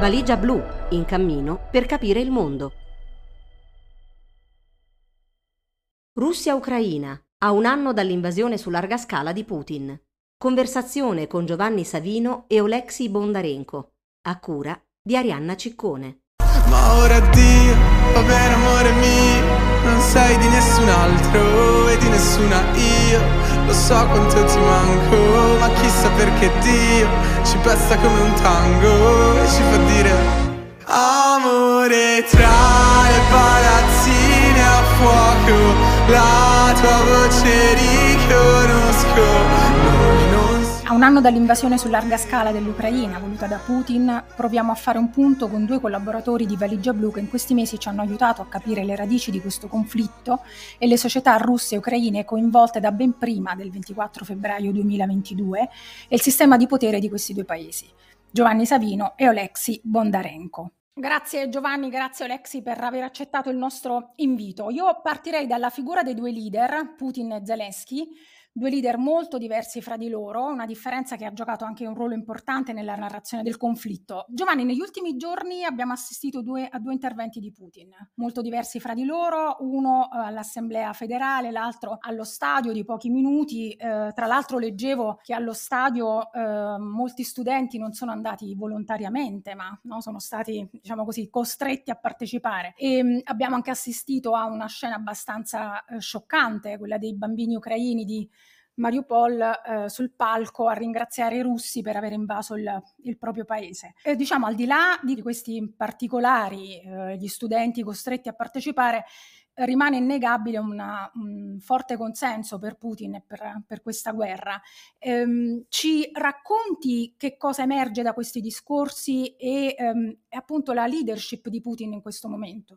Valigia blu, in cammino per capire il mondo. Russia-Ucraina, a un anno dall'invasione su larga scala di Putin. Conversazione con Giovanni Savino e Oleksij Bondarenko, a cura di Arianna Ciccone. Ma ora addio, va bene amore mio, non sei di nessun altro e di nessuna io. Lo so quanto ti manco, ma chissà perché Dio ci pesta come un tango e ci fa dire amore tra le palazzine a fuoco. La tua voce riconosco, noi non A un anno dall'invasione su larga scala dell'Ucraina voluta da Putin, proviamo a fare un punto con due collaboratori di Valigia Blu che in questi mesi ci hanno aiutato a capire le radici di questo conflitto e le società russe e ucraine coinvolte da ben prima del 24 febbraio 2022 e il sistema di potere di questi due paesi, Giovanni Savino e Oleksij Bondarenko. Grazie Giovanni, grazie Oleksij per aver accettato il nostro invito. Io partirei dalla figura dei due leader, Putin e Zelensky, due leader molto diversi fra di loro, una differenza che ha giocato anche un ruolo importante nella narrazione del conflitto. Giovanni, negli ultimi giorni abbiamo assistito a due interventi di Putin, molto diversi fra di loro, uno all'Assemblea federale, l'altro allo stadio di pochi minuti. Tra l'altro leggevo che allo stadio molti studenti non sono andati volontariamente, ma no, sono stati, diciamo così, costretti a partecipare. E abbiamo anche assistito a una scena abbastanza scioccante, quella dei bambini ucraini di Mariupol sul palco a ringraziare i russi per aver invaso il proprio paese. Diciamo, al di là di questi particolari, gli studenti costretti a partecipare, rimane innegabile un forte consenso per Putin e per questa guerra. Ci racconti che cosa emerge da questi discorsi e appunto la leadership di Putin in questo momento?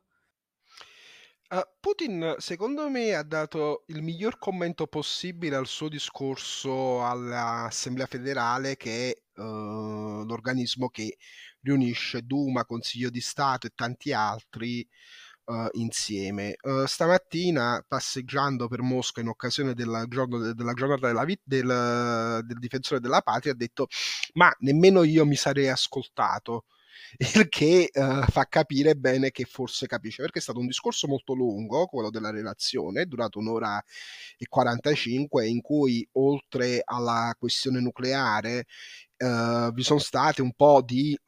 Putin, secondo me, ha dato il miglior commento possibile al suo discorso all'Assemblea federale, che è l'organismo che riunisce Duma, Consiglio di Stato e tanti altri insieme. Stamattina, passeggiando per Mosca in occasione della giornata del difensore della patria, ha detto: ma nemmeno io mi sarei ascoltato. Il che fa capire bene che forse capisce, perché è stato un discorso molto lungo, quello della relazione, è durato 1 ora e 45, in cui oltre alla questione nucleare vi sono state un po' di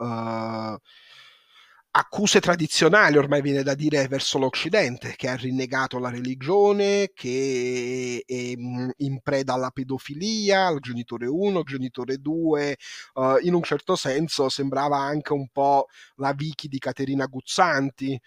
accuse tradizionali, ormai viene da dire, verso l'Occidente, che ha rinnegato la religione, che è in preda alla pedofilia, al genitore 1, genitore 2, in un certo senso sembrava anche un po' la Vicky di Caterina Guzzanti,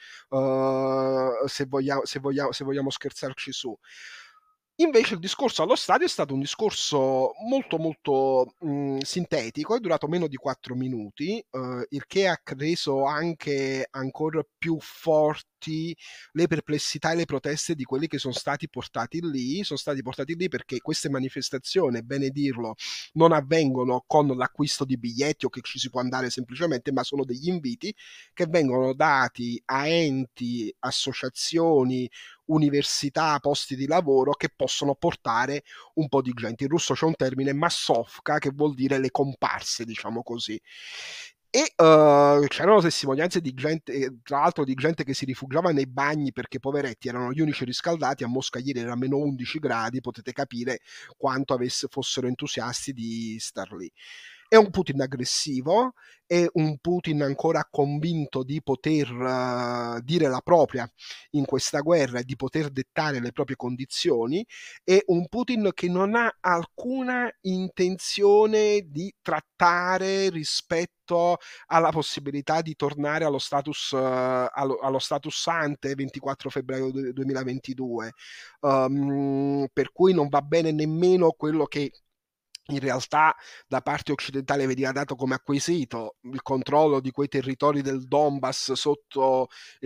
se vogliamo scherzarci su. Invece il discorso allo stadio è stato un discorso molto molto sintetico, è durato meno di 4 minuti, il che ha reso anche ancora più forti le perplessità e le proteste di quelli che sono stati portati lì. Sono stati portati lì perché queste manifestazioni, è bene dirlo, non avvengono con l'acquisto di biglietti o che ci si può andare semplicemente, ma sono degli inviti che vengono dati a enti, associazioni, università, posti di lavoro che possono portare un po' di gente. In russo c'è un termine massovka che vuol dire le comparse, diciamo così. E c'erano testimonianze di gente, tra l'altro di gente che si rifugiava nei bagni perché poveretti erano gli unici riscaldati. A Mosca ieri era meno 11 gradi, potete capire quanto fossero entusiasti di star lì. È un Putin aggressivo, è un Putin ancora convinto di poter dire la propria in questa guerra e di poter dettare le proprie condizioni, è un Putin che non ha alcuna intenzione di trattare rispetto alla possibilità di tornare allo status ante 24 febbraio 2022, per cui non va bene nemmeno quello che in realtà da parte occidentale veniva dato come acquisito, il controllo di quei territori del Donbass sotto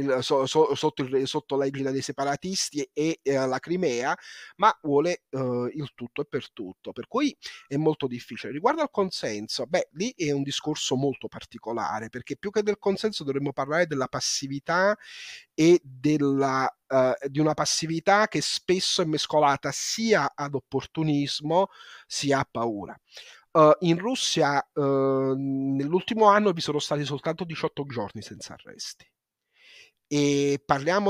l'egida dei separatisti e la Crimea, ma vuole il tutto e per tutto, per cui è molto difficile. Riguardo al consenso, lì è un discorso molto particolare, perché più che del consenso dovremmo parlare della passività e di una passività che spesso è mescolata sia ad opportunismo sia a paura. In Russia nell'ultimo anno vi sono stati soltanto 18 giorni senza arresti. E parliamo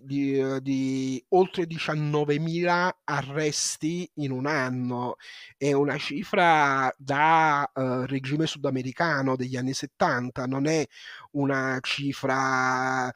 di oltre 19.000 arresti in un anno. È una cifra da regime sudamericano degli anni 70, non è una cifra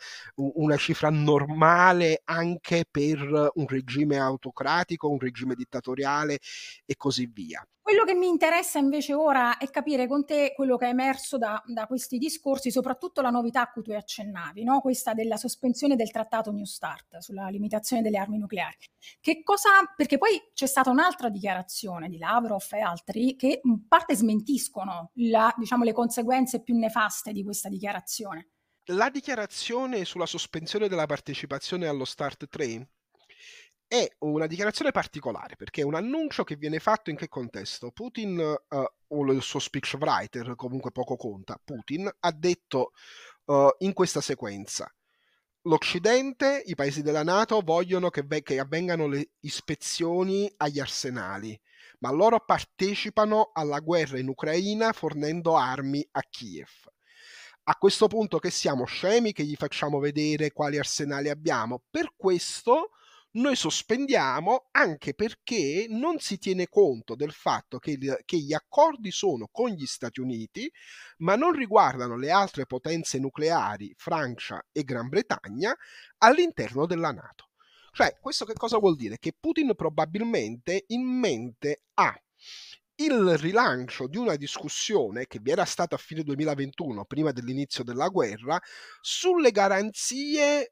normale anche per un regime autocratico, un regime dittatoriale e così via. Quello che mi interessa invece ora è capire con te quello che è emerso da questi discorsi, soprattutto la novità a cui tu accennavi, no? Questa della sospensione del trattato New START sulla limitazione delle armi nucleari. Che cosa? Perché poi c'è stata un'altra dichiarazione di Lavrov e altri che in parte smentiscono diciamo, le conseguenze più nefaste di questa dichiarazione. La dichiarazione sulla sospensione della partecipazione allo START 3 è una dichiarazione particolare perché è un annuncio che viene fatto in che contesto? Putin o il suo speechwriter, comunque poco conta, Putin ha detto in questa sequenza: l'Occidente, i paesi della NATO vogliono che avvengano le ispezioni agli arsenali, ma loro partecipano alla guerra in Ucraina fornendo armi a Kiev. A questo punto che siamo scemi che gli facciamo vedere quali arsenali abbiamo? Per questo noi sospendiamo, anche perché non si tiene conto del fatto che gli accordi sono con gli Stati Uniti, ma non riguardano le altre potenze nucleari, Francia e Gran Bretagna, all'interno della NATO. Cioè, questo che cosa vuol dire? Che Putin probabilmente in mente ha il rilancio di una discussione che vi era stata a fine 2021, prima dell'inizio della guerra, sulle garanzie,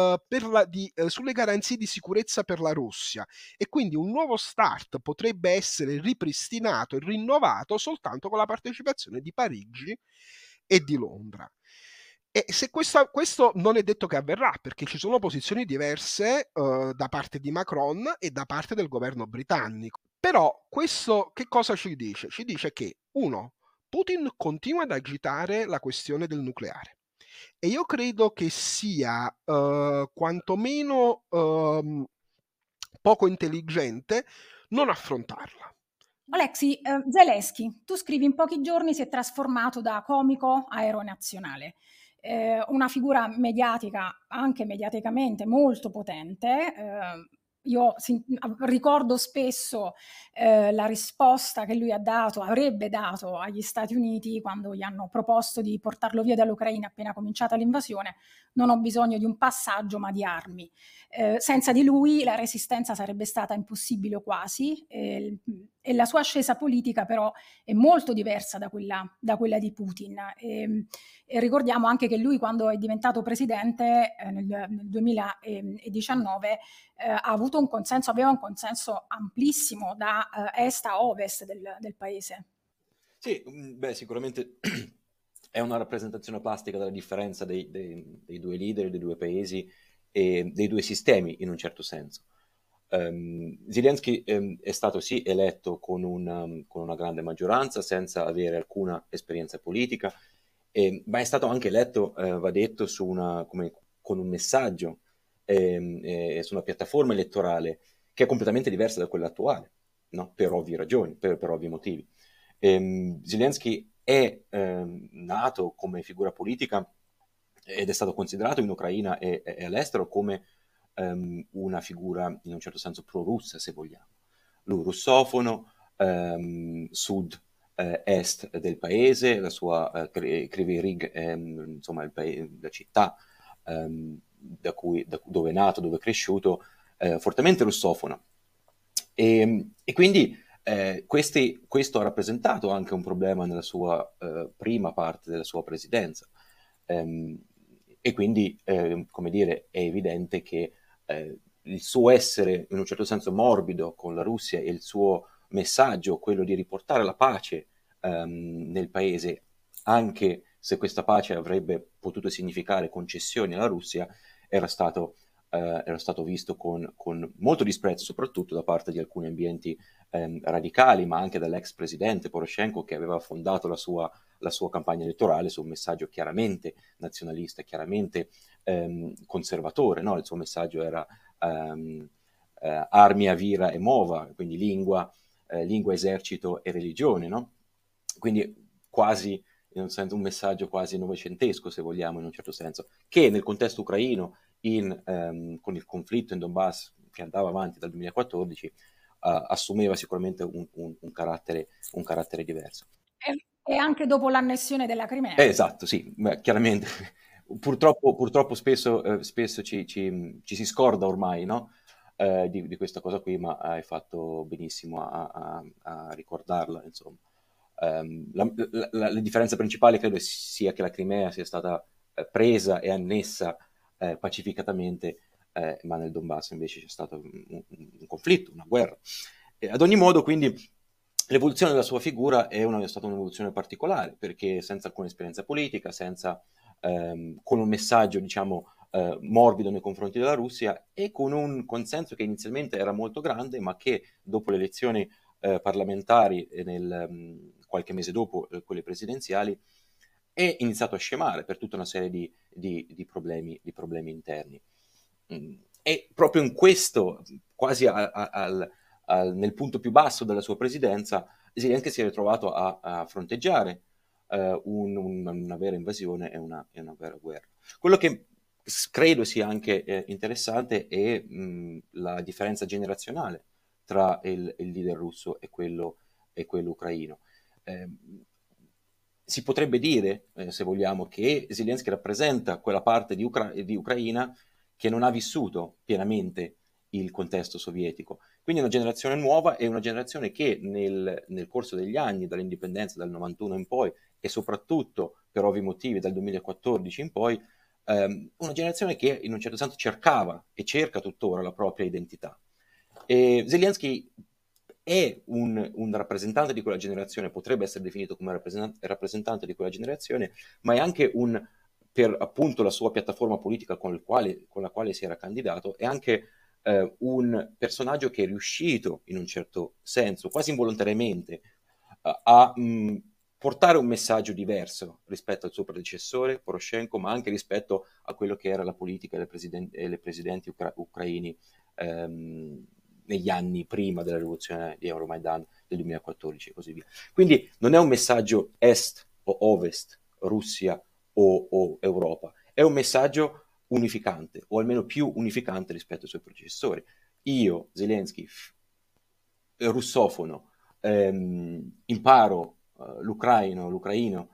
sulle garanzie di sicurezza per la Russia, e quindi un nuovo START potrebbe essere ripristinato e rinnovato soltanto con la partecipazione di Parigi e di Londra. E se questo non è detto che avverrà, perché ci sono posizioni diverse da parte di Macron e da parte del governo britannico. Però questo che cosa ci dice? Ci dice che, uno, Putin continua ad agitare la questione del nucleare. E io credo che sia quantomeno poco intelligente non affrontarla. Alexi, Zelensky, tu scrivi in pochi giorni si è trasformato da comico a eroe nazionale. Una figura mediatica, anche mediaticamente molto potente. Io ricordo spesso la risposta che lui avrebbe dato agli Stati Uniti quando gli hanno proposto di portarlo via dall'Ucraina appena cominciata l'invasione: non ho bisogno di un passaggio ma di armi. Senza di lui la resistenza sarebbe stata impossibile o quasi, e la sua ascesa politica però è molto diversa da quella di Putin. E ricordiamo anche che lui, quando è diventato presidente nel 2019, aveva un consenso amplissimo da est a ovest del paese. Sì, beh, sicuramente è una rappresentazione plastica della differenza dei due leader, dei due paesi e dei due sistemi, in un certo senso. Zelensky è stato sì eletto con una grande maggioranza, senza avere alcuna esperienza politica, ma è stato anche eletto, va detto, con un messaggio su una piattaforma elettorale che è completamente diversa da quella attuale, no? Per ovvie ragioni, per ovvi motivi. Zelensky è nato come figura politica ed è stato considerato in Ucraina e all'estero come una figura in un certo senso pro-russa, se vogliamo. Lui russofono, sud-est del paese, la sua Kryvyi Rih, insomma la città dove è nato, dove è cresciuto, fortemente russofona. E quindi questo ha rappresentato anche un problema nella sua prima parte della sua presidenza. E quindi, come dire, è evidente che il suo essere in un certo senso morbido con la Russia e il suo messaggio, quello di riportare la pace nel paese, anche se questa pace avrebbe potuto significare concessioni alla Russia, era stato visto con molto disprezzo, soprattutto da parte di alcuni ambienti radicali, ma anche dall'ex presidente Poroshenko, che aveva fondato la sua campagna elettorale su un messaggio chiaramente nazionalista, chiaramente conservatore, no? Il suo messaggio era armia, vira e mova, quindi lingua, esercito e religione, no? quindi quasi in un senso un messaggio quasi novecentesco, se vogliamo, in un certo senso, che nel contesto ucraino, con il conflitto in Donbass che andava avanti dal 2014, assumeva sicuramente un carattere diverso. E anche dopo l'annessione della Crimea. Esatto, sì, chiaramente. Purtroppo spesso ci si scorda ormai, no? Di questa cosa qui, ma hai fatto benissimo a ricordarla, insomma. La differenza principale credo sia che la Crimea sia stata presa e annessa pacificatamente, ma nel Donbass invece c'è stato un conflitto, una guerra. Ad ogni modo, quindi, l'evoluzione della sua figura è stata un'evoluzione particolare, perché senza alcuna esperienza politica, con un messaggio, diciamo, morbido nei confronti della Russia e con un consenso che inizialmente era molto grande, ma che dopo le elezioni parlamentari qualche mese dopo quelle presidenziali è iniziato a scemare per tutta una serie di problemi interni. E proprio in questo, quasi nel punto più basso della sua presidenza, Zelensky si è ritrovato a fronteggiare una vera invasione e una vera guerra. Quello che credo sia anche interessante è la differenza generazionale tra il leader russo e quello ucraino. Si potrebbe dire, se vogliamo, che Zelensky rappresenta quella parte di Ucraina che non ha vissuto pienamente il contesto sovietico. Quindi una generazione nuova e una generazione che nel corso degli anni, dall'indipendenza, dal 91 in poi, e soprattutto per ovvi motivi dal 2014 in poi, una generazione che in un certo senso cercava e cerca tuttora la propria identità. E Zelensky è un rappresentante di quella generazione, potrebbe essere definito come rappresentante di quella generazione, ma è anche per appunto la sua piattaforma politica con la quale si era candidato, è anche un personaggio che è riuscito in un certo senso, quasi involontariamente, a portare un messaggio diverso rispetto al suo predecessore Poroshenko, ma anche rispetto a quello che era la politica e le presidenti ucraini negli anni prima della rivoluzione di Euromaidan del 2014 e così via. Quindi non è un messaggio est o ovest, Russia o Europa, è un messaggio unificante, o almeno più unificante rispetto ai suoi predecessori. Io, Zelensky, russofono, imparo l'ucraino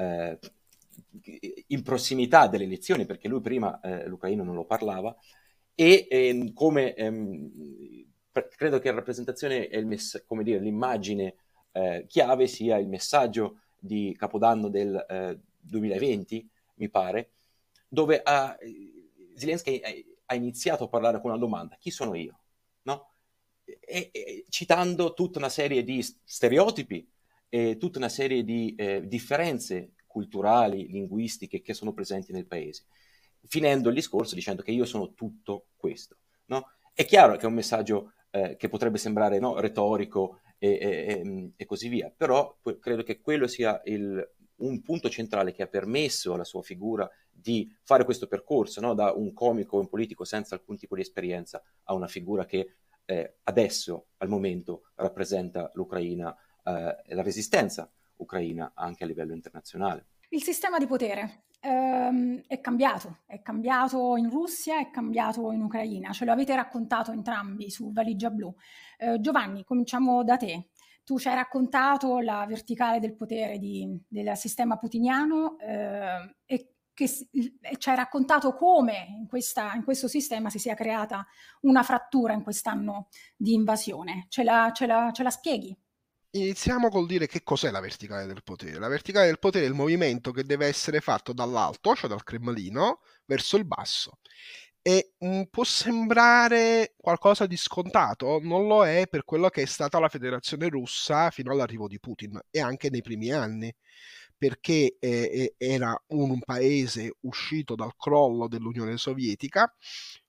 in prossimità delle elezioni, perché lui prima l'ucraino non lo parlava, e come credo che la rappresentazione e l'immagine chiave sia il messaggio di Capodanno del 2020, mi pare, dove Zelensky ha iniziato a parlare con una domanda: chi sono io? No? E citando tutta una serie di stereotipi e tutta una serie di differenze culturali, linguistiche che sono presenti nel paese, finendo il discorso dicendo che io sono tutto questo. No? È chiaro che è un messaggio che potrebbe sembrare, no, retorico e così via, però credo che quello sia un punto centrale che ha permesso alla sua figura di fare questo percorso, no? Da un comico, un politico senza alcun tipo di esperienza, a una figura che adesso, al momento, rappresenta l'Ucraina e la resistenza ucraina anche a livello internazionale. Il sistema di potere è cambiato in Russia, è cambiato in Ucraina, ce lo avete raccontato entrambi su Valigia Blu. Giovanni, cominciamo da te. Tu ci hai raccontato la verticale del potere del sistema putiniano e ci hai raccontato come in questo sistema si sia creata una frattura in quest'anno di invasione. Ce la spieghi? Iniziamo col dire che cos'è la verticale del potere. La verticale del potere è il movimento che deve essere fatto dall'alto, cioè dal Cremlino, verso il basso. E può sembrare qualcosa di scontato, non lo è per quello che è stata la Federazione Russa fino all'arrivo di Putin e anche nei primi anni, perché era un paese uscito dal crollo dell'Unione Sovietica,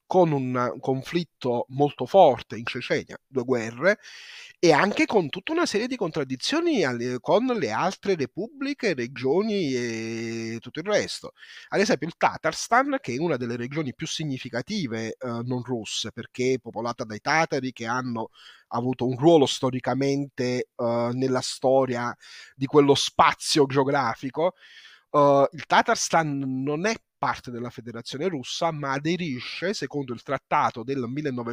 con un conflitto molto forte in Cecenia, 2 guerre, e anche con tutta una serie di contraddizioni con le altre repubbliche, regioni e tutto il resto. Ad esempio il Tatarstan, che è una delle regioni più significative non russe, perché è popolata dai tatari, che hanno avuto un ruolo storicamente nella storia di quello spazio geografico. Il Tatarstan non è parte della Federazione Russa, ma aderisce, secondo il trattato del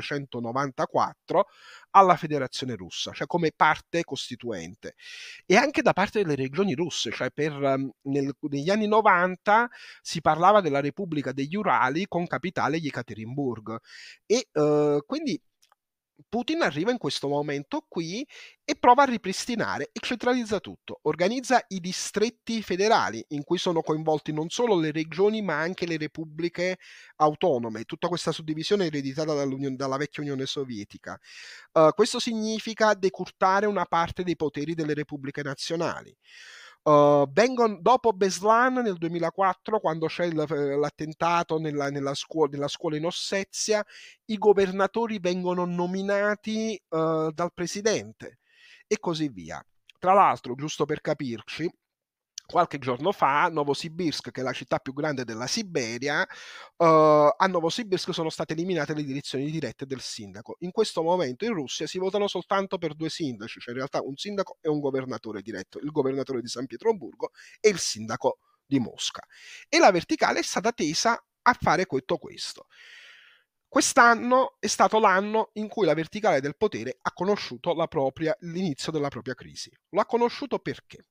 1994, alla Federazione Russa, cioè come parte costituente. E anche da parte delle regioni russe, cioè negli anni 90 si parlava della Repubblica degli Urali con capitale Yekaterinburg. E quindi Putin arriva in questo momento qui e prova a ripristinare e centralizza tutto. Organizza i distretti federali in cui sono coinvolti non solo le regioni ma anche le repubbliche autonome. Tutta questa suddivisione è ereditata dalla vecchia Unione Sovietica. Questo significa decurtare una parte dei poteri delle repubbliche nazionali. Dopo Beslan nel 2004, quando c'è l'attentato nella scuola in Ossezia, i governatori vengono nominati dal presidente e così via. Tra l'altro, giusto per capirci, qualche giorno fa a Novosibirsk, che è la città più grande della Siberia, a Novosibirsk sono state eliminate le elezioni dirette del sindaco. In questo momento in Russia si votano soltanto per 2 sindaci, cioè in realtà un sindaco e un governatore diretto, il governatore di San Pietroburgo e il sindaco di Mosca. E la verticale è stata tesa a fare tutto questo. Quest'anno è stato l'anno in cui la verticale del potere ha conosciuto l'inizio della propria crisi. Lo ha conosciuto perché?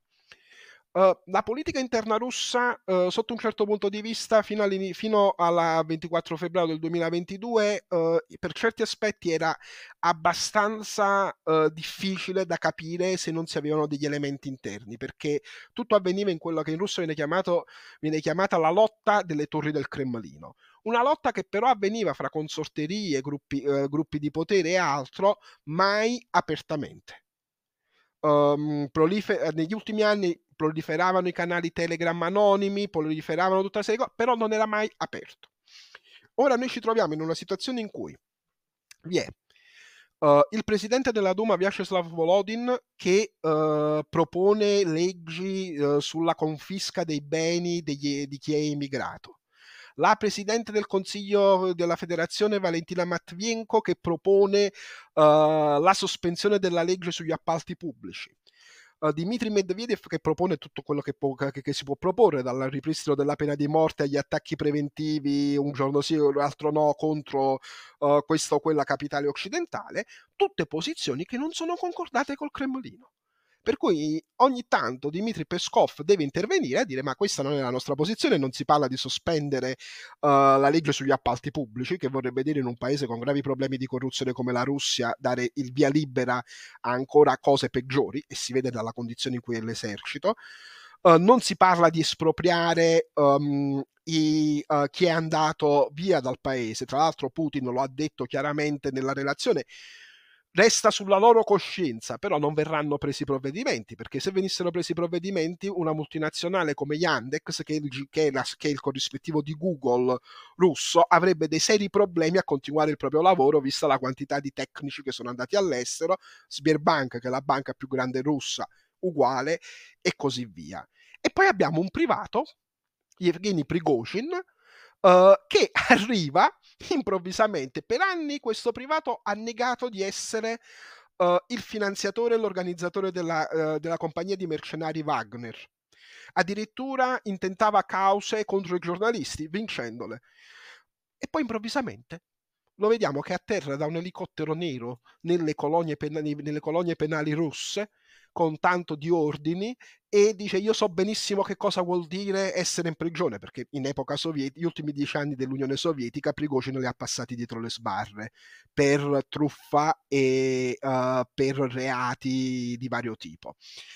La politica interna russa, sotto un certo punto di vista, fino al 24 febbraio del 2022, per certi aspetti era abbastanza difficile da capire se non si avevano degli elementi interni, perché tutto avveniva in quello che in russo viene chiamata la lotta delle torri del Cremlino. Una lotta che però avveniva fra consorterie, gruppi di potere e altro, mai apertamente. Negli ultimi anni proliferavano i canali Telegram anonimi, proliferavano tutta una serie di cose, però non era mai aperto. Ora noi ci troviamo in una situazione in cui vi è il presidente della Duma, Vyacheslav Volodin, che propone leggi sulla confisca dei beni di chi è immigrato. La presidente del Consiglio della Federazione, Valentina Matvienko, che propone la sospensione della legge sugli appalti pubblici. Dmitry Medvedev, che propone tutto quello che si può proporre, dal ripristino della pena di morte agli attacchi preventivi un giorno sì o l'altro no contro questa o quella capitale occidentale, tutte posizioni che non sono concordate col Cremlino. Per cui ogni tanto Dmitry Peskov deve intervenire a dire: ma questa non è la nostra posizione, non si parla di sospendere la legge sugli appalti pubblici, che vorrebbe dire in un paese con gravi problemi di corruzione come la Russia dare il via libera a ancora cose peggiori, e si vede dalla condizione in cui è l'esercito. Non si parla di espropriare chi è andato via dal paese. Tra l'altro Putin lo ha detto chiaramente nella relazione: resta sulla loro coscienza, però non verranno presi provvedimenti, perché se venissero presi provvedimenti, una multinazionale come Yandex, che è il corrispettivo di Google russo, avrebbe dei seri problemi a continuare il proprio lavoro, vista la quantità di tecnici che sono andati all'estero, Sberbank, che è la banca più grande russa, uguale, e così via. E poi abbiamo un privato, Yevgeny Prigozhin, che arriva improvvisamente. Per anni questo privato ha negato di essere il finanziatore e l'organizzatore della compagnia di mercenari Wagner. Addirittura intentava cause contro i giornalisti, vincendole. E poi improvvisamente lo vediamo che atterra da un elicottero nero nelle colonie penali russe, con tanto di ordini, e dice: io so benissimo che cosa vuol dire essere in prigione, perché in epoca sovietica, gli ultimi 10 anni dell'Unione Sovietica, Prigozhin li ha passati dietro le sbarre per truffa e per reati di vario tipo.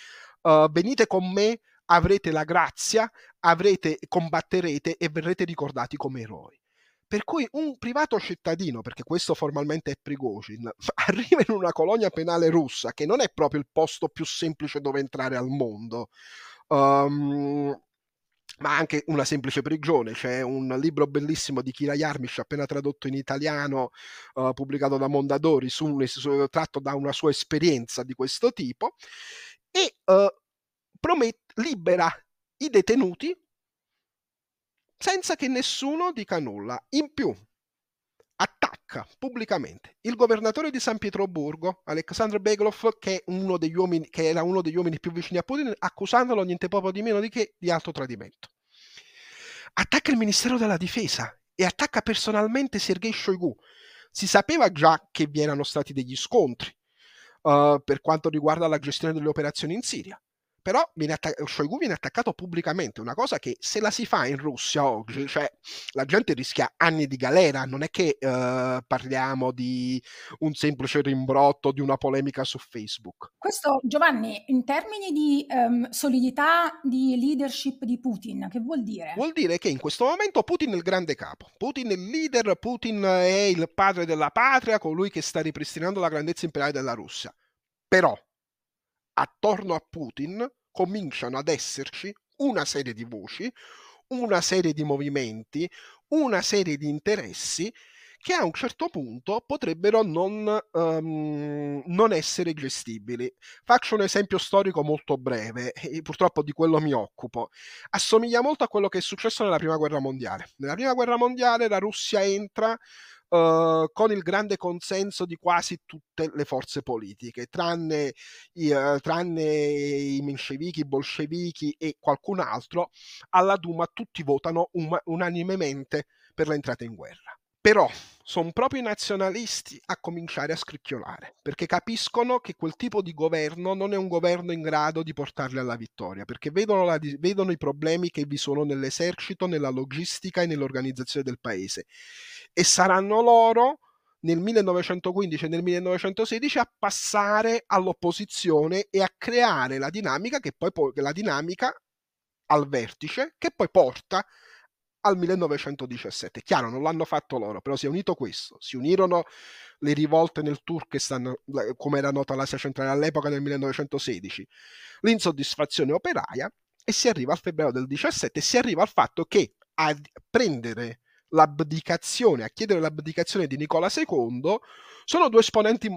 Venite con me, avrete la grazia, combatterete e verrete ricordati come eroi. Per cui un privato cittadino, perché questo formalmente è Prigozhin, arriva in una colonia penale russa, che non è proprio il posto più semplice dove entrare al mondo, ma anche una semplice prigione. C'è un libro bellissimo di Kira Yarmish, appena tradotto in italiano, pubblicato da Mondadori, tratto da una sua esperienza di questo tipo, e libera i detenuti senza che nessuno dica nulla. In più, attacca pubblicamente il governatore di San Pietroburgo, Alexander Beglov, che era uno degli uomini più vicini a Putin, accusandolo niente poco di meno di che di alto tradimento. Attacca il Ministero della Difesa e attacca personalmente Sergei Shoigu. Si sapeva già che vi erano stati degli scontri per quanto riguarda la gestione delle operazioni in Siria. Però Shoigu viene attaccato pubblicamente, una cosa che se la si fa in Russia oggi, cioè la gente rischia anni di galera, non è che parliamo di un semplice rimbrotto, di una polemica su Facebook. Questo, Giovanni, in termini di solidità di leadership di Putin, che vuol dire? Vuol dire che in questo momento Putin è il grande capo, Putin è il leader, Putin è il padre della patria, colui che sta ripristinando la grandezza imperiale della Russia. Però attorno a Putin cominciano ad esserci una serie di voci, una serie di movimenti, una serie di interessi che a un certo punto potrebbero non essere gestibili. Faccio un esempio storico molto breve, e purtroppo di quello mi occupo. Assomiglia molto a quello che è successo nella Prima Guerra Mondiale. Nella Prima Guerra Mondiale la Russia entra con il grande consenso di quasi tutte le forze politiche, tranne i menscevichi, i bolscevichi e qualcun altro. Alla Duma tutti votano unanimemente per l'entrata in guerra. Però sono proprio i nazionalisti a cominciare a scricchiolare, perché capiscono che quel tipo di governo non è un governo in grado di portarli alla vittoria, perché vedono i problemi che vi sono nell'esercito, nella logistica e nell'organizzazione del paese. E saranno loro nel 1915 e nel 1916 a passare all'opposizione e a creare la dinamica la dinamica al vertice che poi porta al 1917. Chiaro, non l'hanno fatto loro, però si è unito questo. Si unirono le rivolte nel Turkestan, come era nota l'Asia centrale all'epoca, nel 1916, l'insoddisfazione operaia, e si arriva al febbraio del 17 e si arriva al fatto che a chiedere l'abdicazione di Nicola II sono due esponenti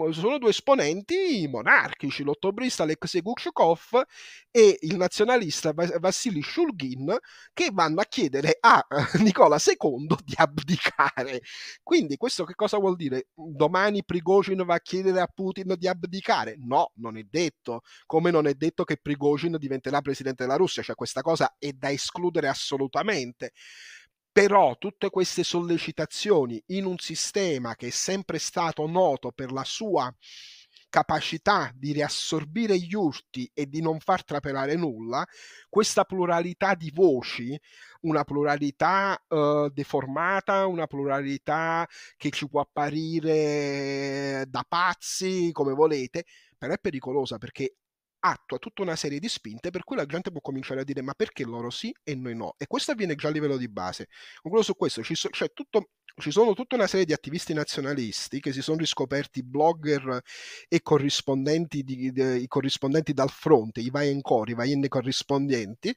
monarchici, l'ottobrista Alexei Gukshkov e il nazionalista Vassili Shulgin, che vanno a chiedere a Nicola II di abdicare. Quindi questo che cosa vuol dire? Domani Prigozhin va a chiedere a Putin di abdicare? No, non è detto. Come non è detto che Prigozhin diventerà presidente della Russia, cioè questa cosa è da escludere assolutamente. Però tutte queste sollecitazioni in un sistema che è sempre stato noto per la sua capacità di riassorbire gli urti e di non far trapelare nulla, questa pluralità di voci, una pluralità deformata, una pluralità che ci può apparire da pazzi, come volete, però è pericolosa perché attua tutta una serie di spinte per cui la gente può cominciare a dire ma perché loro sì e noi no, e questo avviene già a livello di base. Concludo su questo, ci sono tutta una serie di attivisti nazionalisti che si sono riscoperti blogger e corrispondenti i corrispondenti dal fronte, i vajenni corrispondenti,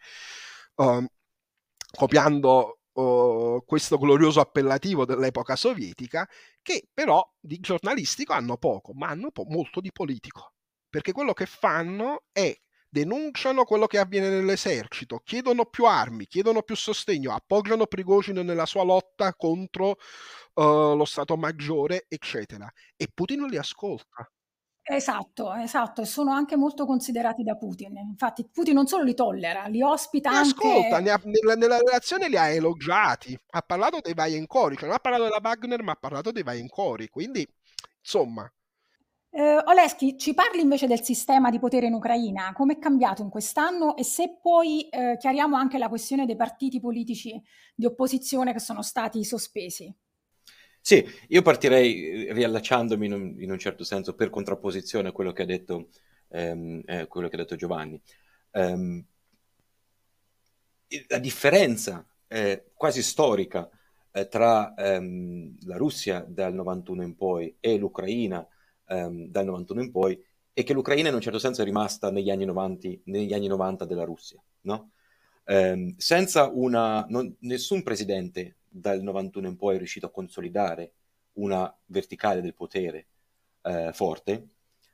copiando questo glorioso appellativo dell'epoca sovietica, che però di giornalistico hanno poco, ma hanno molto di politico. Perché quello che fanno è denunciano quello che avviene nell'esercito, chiedono più armi, chiedono più sostegno, appoggiano Prigozhin nella sua lotta contro lo Stato Maggiore, eccetera. E Putin non li ascolta. Esatto, e sono anche molto considerati da Putin. Infatti Putin non solo li tollera, li ospita Li anche... ascolta, nella relazione li ha elogiati, ha parlato dei vajenkori, cioè non ha parlato della Wagner ma ha parlato dei vajenkori, quindi insomma... Oleschi, ci parli invece del sistema di potere in Ucraina, come è cambiato in quest'anno e se poi chiariamo anche la questione dei partiti politici di opposizione che sono stati sospesi. Sì, io partirei riallacciandomi in un certo senso per contrapposizione a quello che ha detto Giovanni. La differenza quasi storica tra la Russia dal 91 in poi e l'Ucraina dal 91 in poi è che l'Ucraina in un certo senso è rimasta negli anni 90 della Russia, no? senza nessun presidente dal 91 in poi è riuscito a consolidare una verticale del potere forte,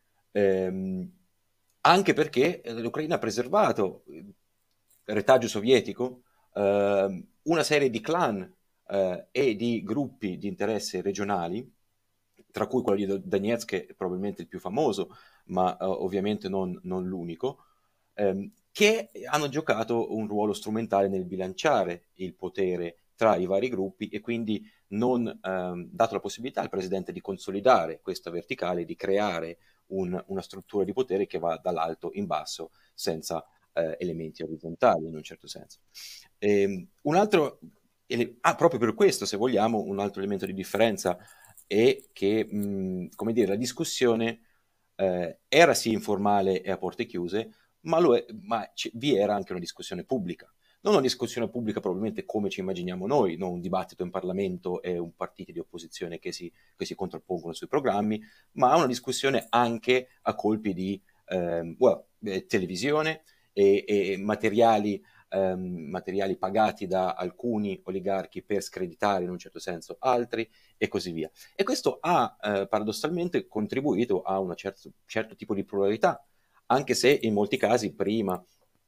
anche perché l'Ucraina ha preservato il retaggio sovietico, una serie di clan e di gruppi di interesse regionali, tra cui quello di Donetsk, che è probabilmente il più famoso, ma ovviamente non l'unico, che hanno giocato un ruolo strumentale nel bilanciare il potere tra i vari gruppi e quindi non dato la possibilità al presidente di consolidare questa verticale, di creare una struttura di potere che va dall'alto in basso senza elementi orizzontali in un certo senso. Un altro, proprio per questo, se vogliamo, un altro elemento di differenza è che, come dire, la discussione era sì informale e a porte chiuse, ma vi era anche una discussione pubblica. Non una discussione pubblica probabilmente come ci immaginiamo noi, non un dibattito in Parlamento e un partito di opposizione che si contrappongono sui programmi, ma una discussione anche a colpi di televisione e materiali pagati da alcuni oligarchi per screditare in un certo senso altri e così via. E questo ha paradossalmente contribuito a un certo tipo di pluralità, anche se in molti casi prima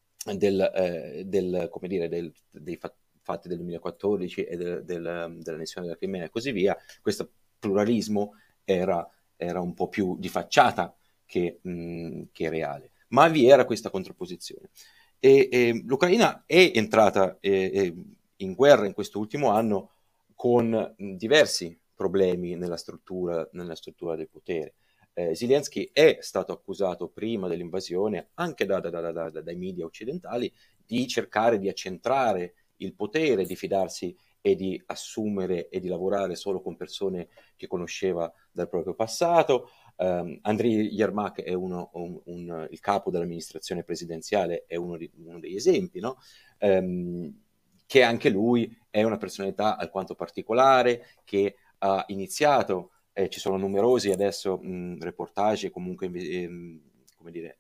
dei fatti del 2014 e dell'annessione della Crimea e così via, questo pluralismo era un po' più di facciata che reale. Ma vi era questa contrapposizione. E l'Ucraina è entrata in guerra in questo ultimo anno con diversi problemi nella struttura del potere. Zelensky è stato accusato prima dell'invasione anche dai media occidentali di cercare di accentrare il potere, di fidarsi e di assumere e di lavorare solo con persone che conosceva dal proprio passato. Andriy Yermak è il capo dell'amministrazione presidenziale, è uno degli esempi, no? Che anche lui è una personalità alquanto particolare, che ha iniziato, ci sono numerosi adesso reportage, comunque come dire,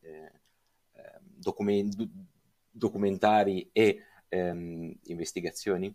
documentari e investigazioni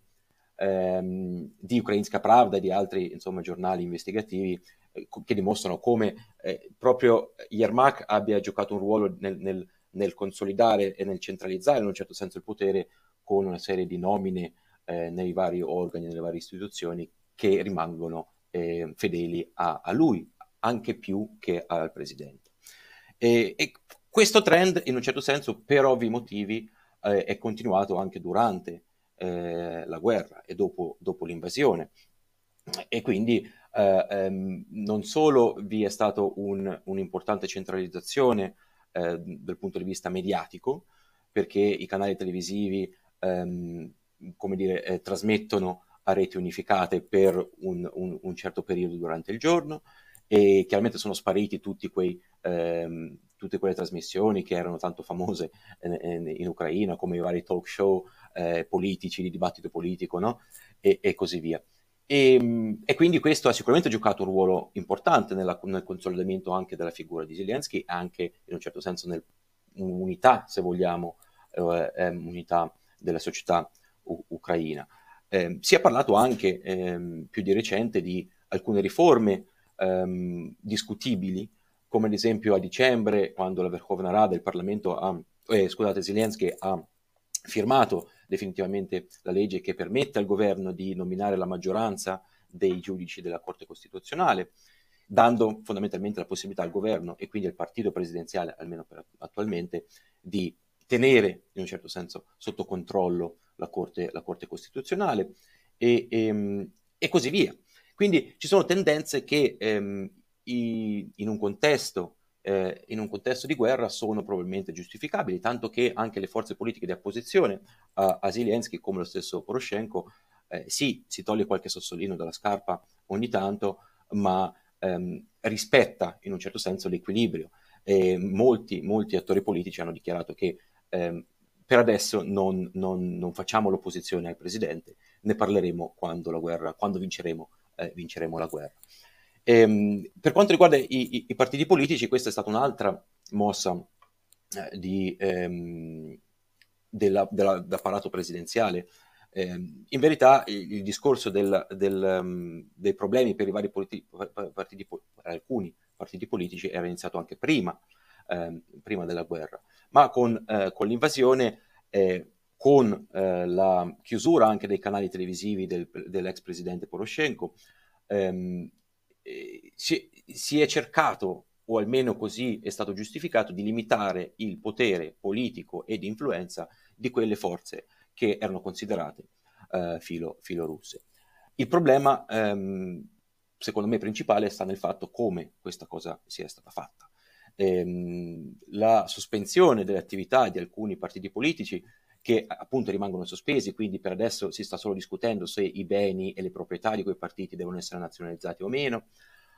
di Ukrainska Pravda e di altri, insomma, giornali investigativi che dimostrano come proprio Yermak abbia giocato un ruolo nel consolidare e nel centralizzare in un certo senso il potere con una serie di nomine nei vari organi, nelle varie istituzioni che rimangono fedeli a lui, anche più che al presidente. E questo trend, in un certo senso, per ovvi motivi, è continuato anche durante la guerra e dopo l'invasione. E quindi non solo vi è stata un'importante centralizzazione dal punto di vista mediatico, perché i canali televisivi come dire, trasmettono a reti unificate per un certo periodo durante il giorno, e chiaramente sono spariti tutte quelle trasmissioni che erano tanto famose in Ucraina, come i vari talk show politici, di dibattito politico, no? E così via. E quindi questo ha sicuramente giocato un ruolo importante nel consolidamento anche della figura di Zelensky, anche in un certo senso nell'unità, se vogliamo, unità della società ucraina. Si è parlato anche più di recente di alcune riforme discutibili, come ad esempio a dicembre, quando la Verkhovna Rada, il Parlamento, Zelensky ha firmato definitivamente la legge che permette al governo di nominare la maggioranza dei giudici della Corte Costituzionale, dando fondamentalmente la possibilità al governo e quindi al partito presidenziale, almeno attualmente, di tenere in un certo senso sotto controllo la Corte Costituzionale e così via. Quindi ci sono tendenze che in un contesto di guerra sono probabilmente giustificabili, tanto che anche le forze politiche di opposizione a Zelensky, come lo stesso Poroshenko, sì, si toglie qualche sassolino dalla scarpa ogni tanto, ma rispetta in un certo senso l'equilibrio. Molti attori politici hanno dichiarato che per adesso non facciamo l'opposizione al presidente, ne parleremo quando vinceremo la guerra. Per quanto riguarda i partiti politici, questa è stata un'altra mossa di dell'apparato presidenziale. In verità il discorso dei problemi per i vari alcuni partiti politici era iniziato anche prima della guerra, ma con l'invasione, con la chiusura anche dei canali televisivi dell'ex presidente Poroshenko, si è cercato, o almeno così è stato giustificato, di limitare il potere politico e di influenza di quelle forze che erano considerate filorusse. Il problema, secondo me, principale sta nel fatto come questa cosa sia stata fatta. La sospensione delle attività di alcuni partiti politici, che appunto rimangono sospesi, quindi per adesso si sta solo discutendo se i beni e le proprietà di quei partiti devono essere nazionalizzati o meno.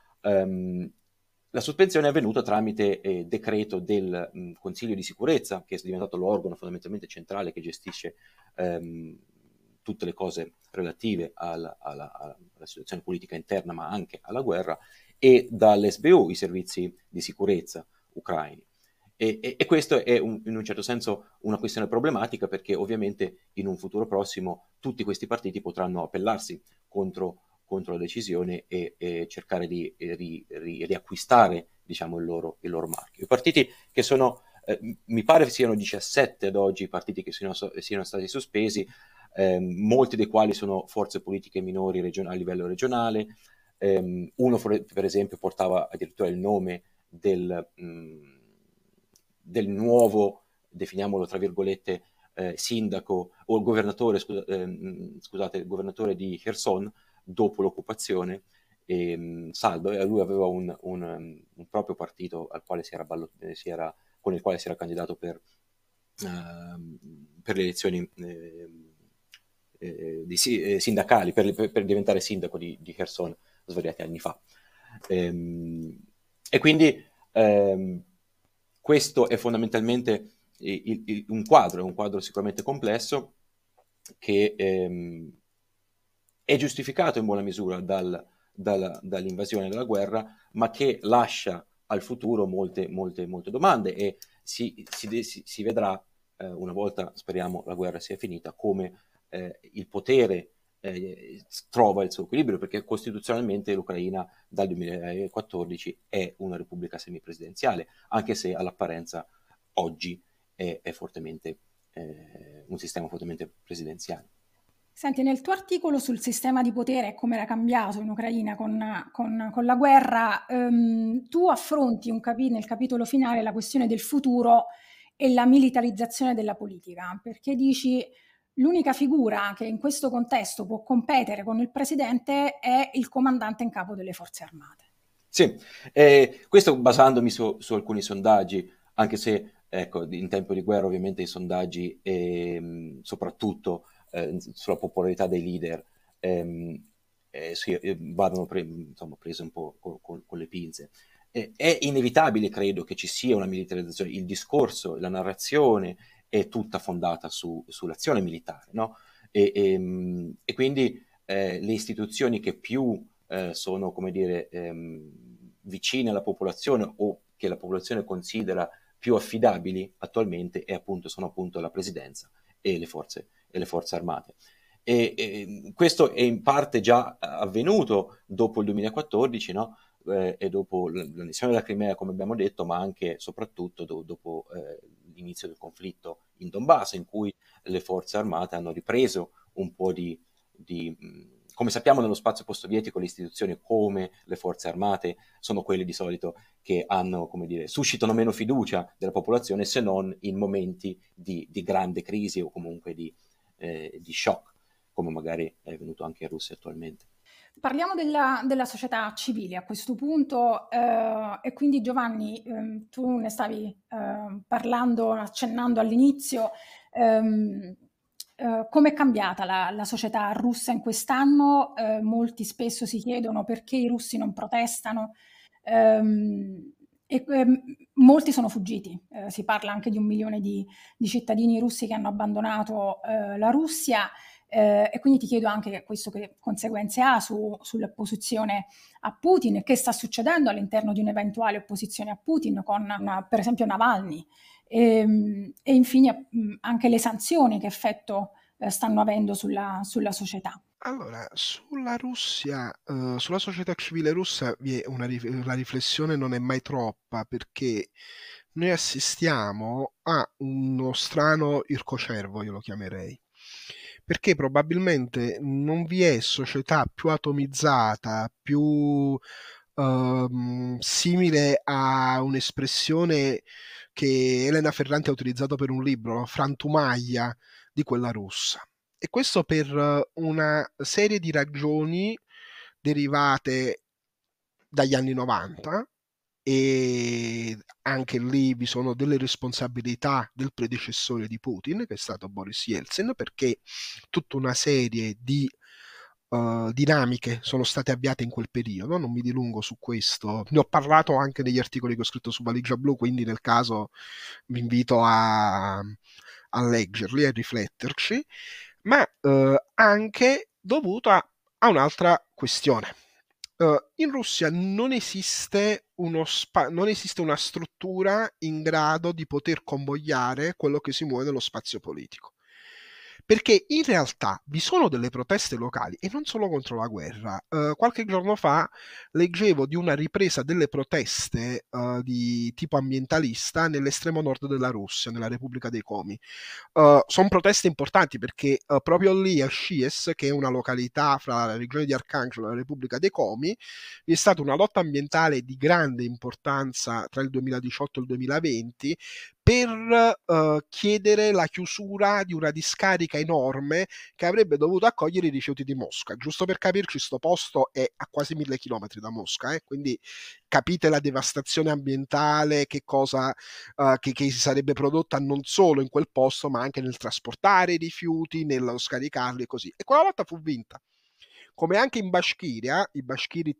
La sospensione è avvenuta tramite decreto del Consiglio di Sicurezza, che è diventato l'organo fondamentalmente centrale che gestisce tutte le cose relative alla situazione politica interna, ma anche alla guerra, e dall'SBU, i servizi di sicurezza ucraini. E questo è in un certo senso una questione problematica, perché ovviamente in un futuro prossimo tutti questi partiti potranno appellarsi contro la decisione e cercare di riacquistare, diciamo, il loro marchio. I partiti che sono, mi pare siano 17 ad oggi i partiti che siano stati sospesi, molti dei quali sono forze politiche minori a livello regionale. Uno per esempio portava addirittura il nome del nuovo, definiamolo tra virgolette, sindaco o governatore, scusate, il governatore di Kherson dopo l'occupazione, Saldo, e lui aveva un proprio partito al quale con il quale si era candidato per le elezioni sindacali, per diventare sindaco di Kherson svariati anni fa. E quindi questo è fondamentalmente un quadro sicuramente complesso, che è giustificato in buona misura dall'invasione, dalla guerra, ma che lascia al futuro molte domande, e si vedrà, una volta, speriamo, la guerra sia finita, come il potere trova il suo equilibrio, perché costituzionalmente l'Ucraina dal 2014 è una repubblica semipresidenziale, anche se all'apparenza oggi è fortemente un sistema fortemente presidenziale. Senti, nel tuo articolo sul sistema di potere e come era cambiato in Ucraina con la guerra, tu affronti nel capitolo finale la questione del futuro e la militarizzazione della politica, perché dici l'unica figura che in questo contesto può competere con il presidente è il comandante in capo delle forze armate. Sì, questo basandomi su alcuni sondaggi, anche se ecco, in tempo di guerra ovviamente i sondaggi, soprattutto sulla popolarità dei leader, vanno prese un po' con le pinze. È inevitabile, credo, che ci sia una militarizzazione. Il discorso, la narrazione è tutta fondata sull'azione militare, no? E quindi le istituzioni che più sono, come dire, vicine alla popolazione, o che la popolazione considera più affidabili attualmente, sono appunto la presidenza e le forze armate. E questo è in parte già avvenuto dopo il 2014, no? E dopo l'annessione della Crimea, come abbiamo detto, ma anche soprattutto dopo l'inizio del conflitto in Donbass, in cui le forze armate hanno ripreso un po' come sappiamo, nello spazio post-sovietico le istituzioni come le forze armate sono quelle di solito che hanno, come dire, suscitano meno fiducia della popolazione, se non in momenti di grande crisi o comunque di shock, come magari è avvenuto anche in Russia attualmente. Parliamo della società civile a questo punto, e quindi Giovanni, tu ne stavi parlando, accennando all'inizio. Come è cambiata la società russa in quest'anno? Molti spesso si chiedono perché i russi non protestano, e molti sono fuggiti. Si parla anche di 1 milione di cittadini russi che hanno abbandonato la Russia, e quindi ti chiedo anche questo che conseguenze ha sull'opposizione a Putin, e che sta succedendo all'interno di un'eventuale opposizione a Putin con per esempio Navalny e infine anche le sanzioni che effetto stanno avendo sulla società. Allora, sulla Russia, sulla società civile russa la riflessione non è mai troppa, perché noi assistiamo a uno strano ircocervo, io lo chiamerei, perché probabilmente non vi è società più atomizzata, più simile a un'espressione che Elena Ferranti ha utilizzato per un libro, frantumaglia, di quella russa. E questo per una serie di ragioni derivate dagli anni 90, e anche lì vi sono delle responsabilità del predecessore di Putin, che è stato Boris Yeltsin, perché tutta una serie di dinamiche sono state avviate in quel periodo. Non mi dilungo su questo, ne ho parlato anche negli articoli che ho scritto su Valigia Blu, quindi nel caso vi invito a leggerli e a rifletterci, ma anche dovuto a un'altra questione. In Russia non esiste non esiste una struttura in grado di poter convogliare quello che si muove nello spazio politico. Perché in realtà vi sono delle proteste locali, e non solo contro la guerra. Qualche giorno fa leggevo di una ripresa delle proteste di tipo ambientalista nell'estremo nord della Russia, nella Repubblica dei Comi. Sono proteste importanti perché proprio lì a Shies, che è una località fra la regione di Arcangelo e la Repubblica dei Comi, vi è stata una lotta ambientale di grande importanza tra il 2018 e il 2020 per chiedere la chiusura di una discarica enorme che avrebbe dovuto accogliere i rifiuti di Mosca. Giusto per capirci, sto posto è a quasi 1000 chilometri da Mosca, quindi capite la devastazione ambientale, che cosa che si sarebbe prodotta non solo in quel posto, ma anche nel trasportare i rifiuti, nello scaricarli e così. E quella lotta fu vinta. Come anche in Bashkiria, in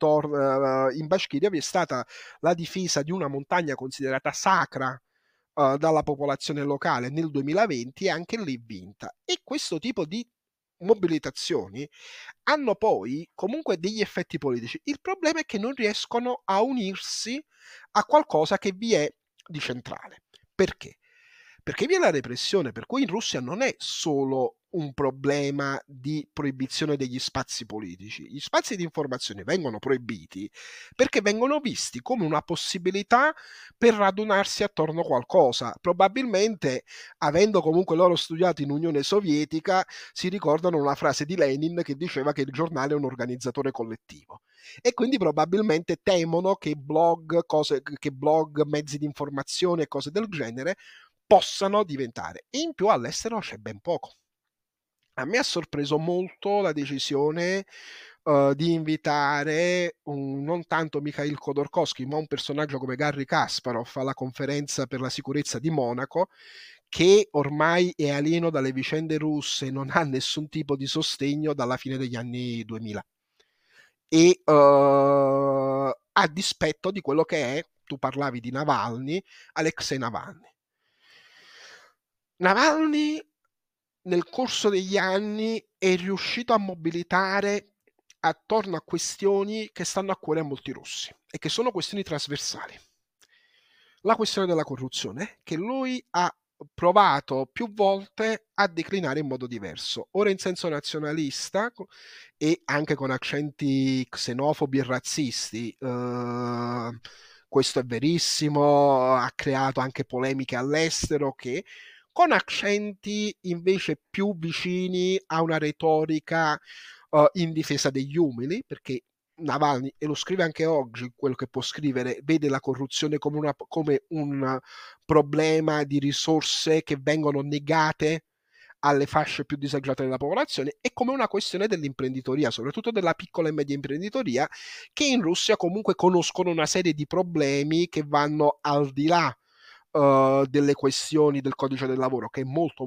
Bashkiria vi è stata la difesa di una montagna considerata sacra dalla popolazione locale nel 2020, e anche lì vinta. E questo tipo di mobilitazioni hanno poi comunque degli effetti politici. Il problema è che non riescono a unirsi a qualcosa che vi è di centrale. Perché? Perché vi è la repressione, per cui in Russia non è solo un problema di proibizione degli spazi politici. Gli spazi di informazione vengono proibiti perché vengono visti come una possibilità per radunarsi attorno a qualcosa. Probabilmente, avendo comunque loro studiato in Unione Sovietica, si ricordano una frase di Lenin che diceva che il giornale è un organizzatore collettivo. E quindi probabilmente temono che blog, mezzi di informazione e cose del genere possano diventare. E in più all'estero c'è ben poco. A me ha sorpreso molto la decisione di invitare non tanto Mikhail Khodorkovsky, ma un personaggio come Garry Kasparov alla conferenza per la sicurezza di Monaco, che ormai è alieno dalle vicende russe e non ha nessun tipo di sostegno dalla fine degli anni 2000. E a dispetto di quello che è, tu parlavi di Navalny, Alexei Navalny. Navalny nel corso degli anni è riuscito a mobilitare attorno a questioni che stanno a cuore a molti russi e che sono questioni trasversali. La questione della corruzione, che lui ha provato più volte a declinare in modo diverso, ora in senso nazionalista e anche con accenti xenofobi e razzisti. Questo è verissimo, ha creato anche polemiche all'estero, che con accenti invece più vicini a una retorica in difesa degli umili, perché Navalny, e lo scrive anche oggi, quello che può scrivere, vede la corruzione come un problema di risorse che vengono negate alle fasce più disagiate della popolazione, e come una questione dell'imprenditoria, soprattutto della piccola e media imprenditoria, che in Russia comunque conoscono una serie di problemi che vanno al di là delle questioni del codice del lavoro, che è molto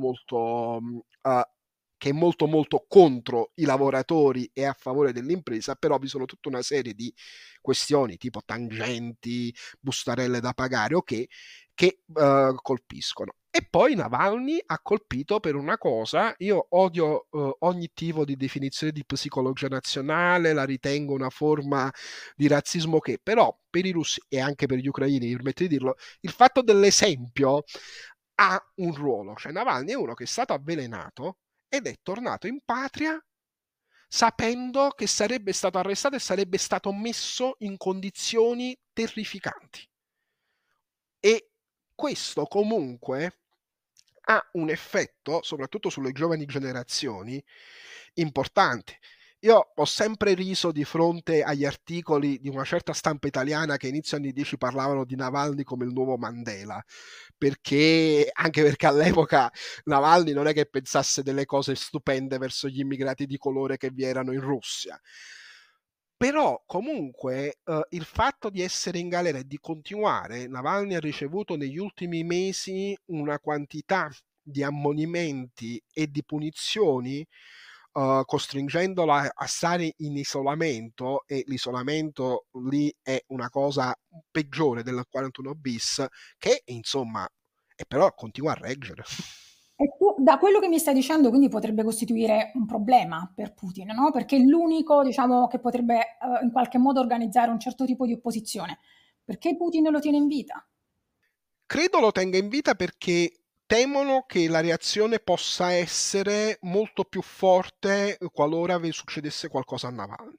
molto contro i lavoratori e a favore dell'impresa, però vi sono tutta una serie di questioni tipo tangenti, bustarelle da pagare o che colpiscono. E poi Navalny ha colpito per una cosa, io odio ogni tipo di definizione di psicologia nazionale, la ritengo una forma di razzismo che però per i russi e anche per gli ucraini, mi permetto di dirlo, il fatto dell'esempio ha un ruolo. Cioè Navalny è uno che è stato avvelenato ed è tornato in patria sapendo che sarebbe stato arrestato e sarebbe stato messo in condizioni terrificanti. E questo comunque ha un effetto, soprattutto sulle giovani generazioni, importante. Io ho sempre riso di fronte agli articoli di una certa stampa italiana che inizio anni 10 parlavano di Navalny come il nuovo Mandela, anche perché all'epoca Navalny non è che pensasse delle cose stupende verso gli immigrati di colore che vi erano in Russia. Però comunque il fatto di essere in galera e di continuare, Navalny ha ricevuto negli ultimi mesi una quantità di ammonimenti e di punizioni costringendolo a stare in isolamento, e l'isolamento lì è una cosa peggiore del 41 bis, che insomma, e però continua a reggere. E tu, da quello che mi stai dicendo, quindi potrebbe costituire un problema per Putin, no? Perché è l'unico, diciamo, che potrebbe in qualche modo organizzare un certo tipo di opposizione. Perché Putin lo tiene in vita? Credo lo tenga in vita perché temono che la reazione possa essere molto più forte qualora vi succedesse qualcosa a Navalny.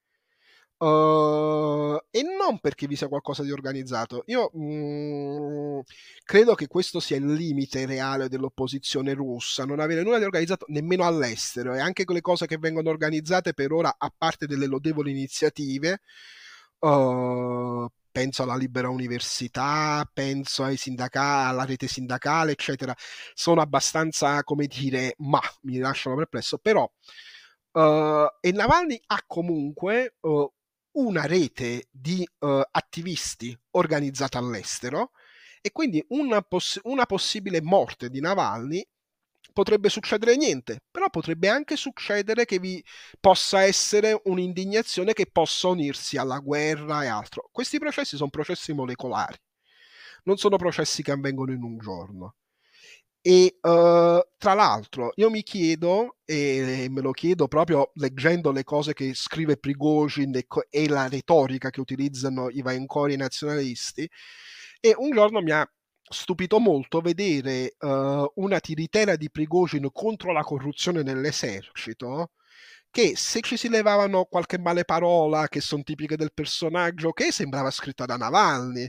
E non perché vi sia qualcosa di organizzato. Io credo che questo sia il limite reale dell'opposizione russa, non avere nulla di organizzato nemmeno all'estero, e anche quelle cose che vengono organizzate per ora, a parte delle lodevoli iniziative, penso alla libera università, penso ai sindacati, alla rete sindacale, eccetera, sono abbastanza, come dire, mi lasciano perplesso, però e Navalny ha comunque una rete di attivisti organizzata all'estero, e quindi una possibile morte di Navalny potrebbe succedere niente, però potrebbe anche succedere che vi possa essere un'indignazione che possa unirsi alla guerra e altro. Questi processi sono processi molecolari, non sono processi che avvengono in un giorno. E tra l'altro io mi chiedo, e me lo chiedo proprio leggendo le cose che scrive Prigozhin e la retorica che utilizzano i vaincuori nazionalisti, e un giorno mi ha stupito molto vedere una tiritera di Prigozhin contro la corruzione nell'esercito, che se ci si levavano qualche male parola che sono tipiche del personaggio, che sembrava scritta da Navalny.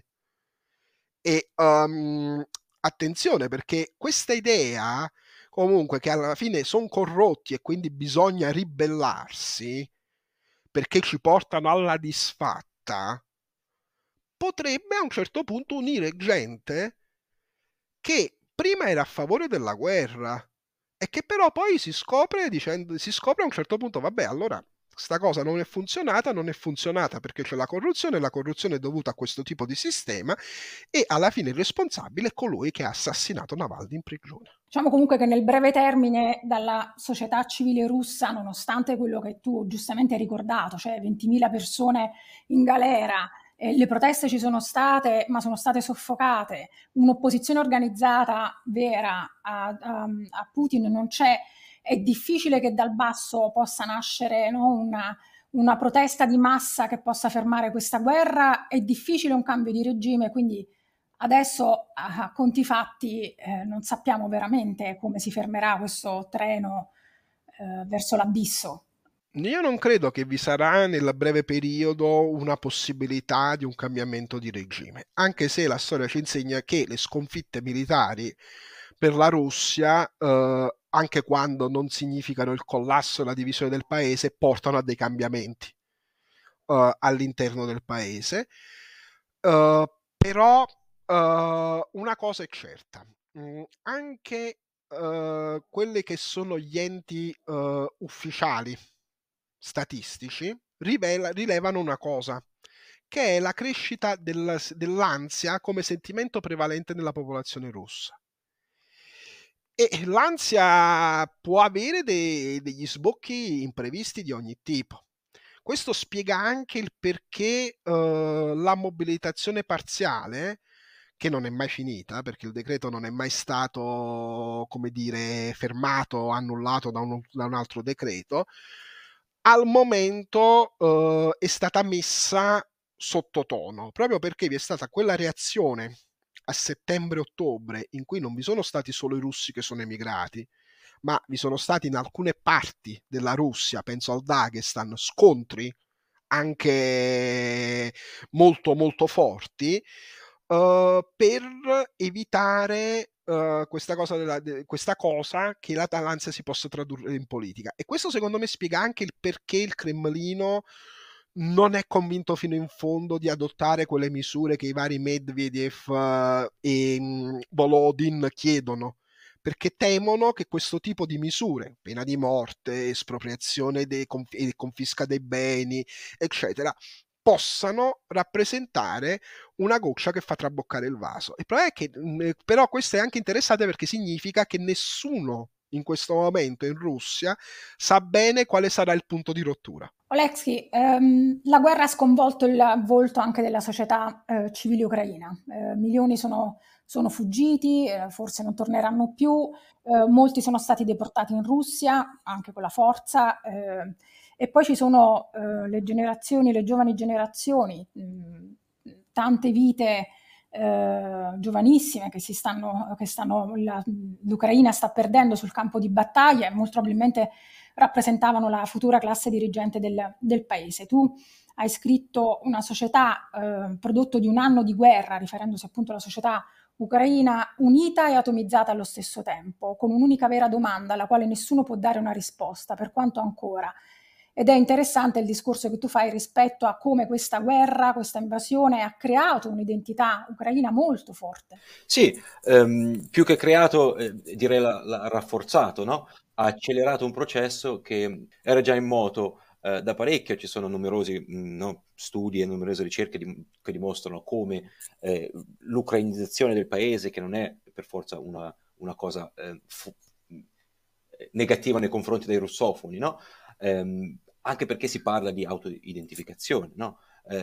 E attenzione, perché questa idea comunque che alla fine sono corrotti e quindi bisogna ribellarsi perché ci portano alla disfatta, potrebbe a un certo punto unire gente che prima era a favore della guerra e che però poi si scopre a un certo punto, vabbè, allora sta cosa non è funzionata perché c'è la corruzione è dovuta a questo tipo di sistema, e alla fine il responsabile è colui che ha assassinato Navalny in prigione. Diciamo comunque che nel breve termine dalla società civile russa, nonostante quello che tu giustamente hai ricordato, cioè 20.000 persone in galera, le proteste ci sono state, ma sono state soffocate, un'opposizione organizzata vera a Putin non c'è, è difficile che dal basso possa nascere, no, una protesta di massa che possa fermare questa guerra, è difficile un cambio di regime, quindi adesso a conti fatti non sappiamo veramente come si fermerà questo treno verso l'abisso. Io non credo che vi sarà nel breve periodo una possibilità di un cambiamento di regime, anche se la storia ci insegna che le sconfitte militari per la Russia, anche quando non significano il collasso e la divisione del paese, portano a dei cambiamenti all'interno del paese. Però una cosa è certa, anche quelli che sono gli enti ufficiali statistici rilevano una cosa, che è la crescita dell'ansia come sentimento prevalente nella popolazione russa. E l'ansia può avere degli sbocchi imprevisti di ogni tipo. Questo spiega anche il perché la mobilitazione parziale, che non è mai finita, perché il decreto non è mai stato, come dire, fermato, annullato da un altro decreto, al momento è stata messa sottotono, proprio perché vi è stata quella reazione a settembre-ottobre in cui non vi sono stati solo i russi che sono emigrati, ma vi sono stati in alcune parti della Russia, penso al Dagestan, scontri anche molto molto forti, per evitare questa cosa che l'Atalanta si possa tradurre in politica. E questo secondo me spiega anche il perché il Cremlino non è convinto fino in fondo di adottare quelle misure che i vari Medvedev e Volodin chiedono, perché temono che questo tipo di misure, pena di morte, espropriazione e confisca dei beni, eccetera, possano rappresentare una goccia che fa traboccare il vaso. Il problema è che però questo è anche interessante perché significa che nessuno in questo momento in Russia sa bene quale sarà il punto di rottura. Oleksy, la guerra ha sconvolto il volto anche della società civile ucraina. Milioni sono fuggiti, forse non torneranno più, molti sono stati deportati in Russia, anche con la forza, e poi ci sono le giovani generazioni, tante vite giovanissime l'Ucraina sta perdendo sul campo di battaglia e molto probabilmente rappresentavano la futura classe dirigente del paese. Tu hai scritto una società, prodotto di un anno di guerra, riferendosi appunto alla società ucraina unita e atomizzata allo stesso tempo, con un'unica vera domanda alla quale nessuno può dare una risposta, per quanto ancora. Ed è interessante il discorso che tu fai rispetto a come questa guerra, questa invasione ha creato un'identità ucraina molto forte. Sì, più che creato, direi l'ha rafforzato, no? Ha accelerato un processo che era già in moto da parecchio. Ci sono numerosi studi e numerose ricerche che dimostrano come l'ucrainizzazione del paese, che non è per forza una cosa negativa nei confronti dei russofoni, no? Anche perché si parla di autoidentificazione, no?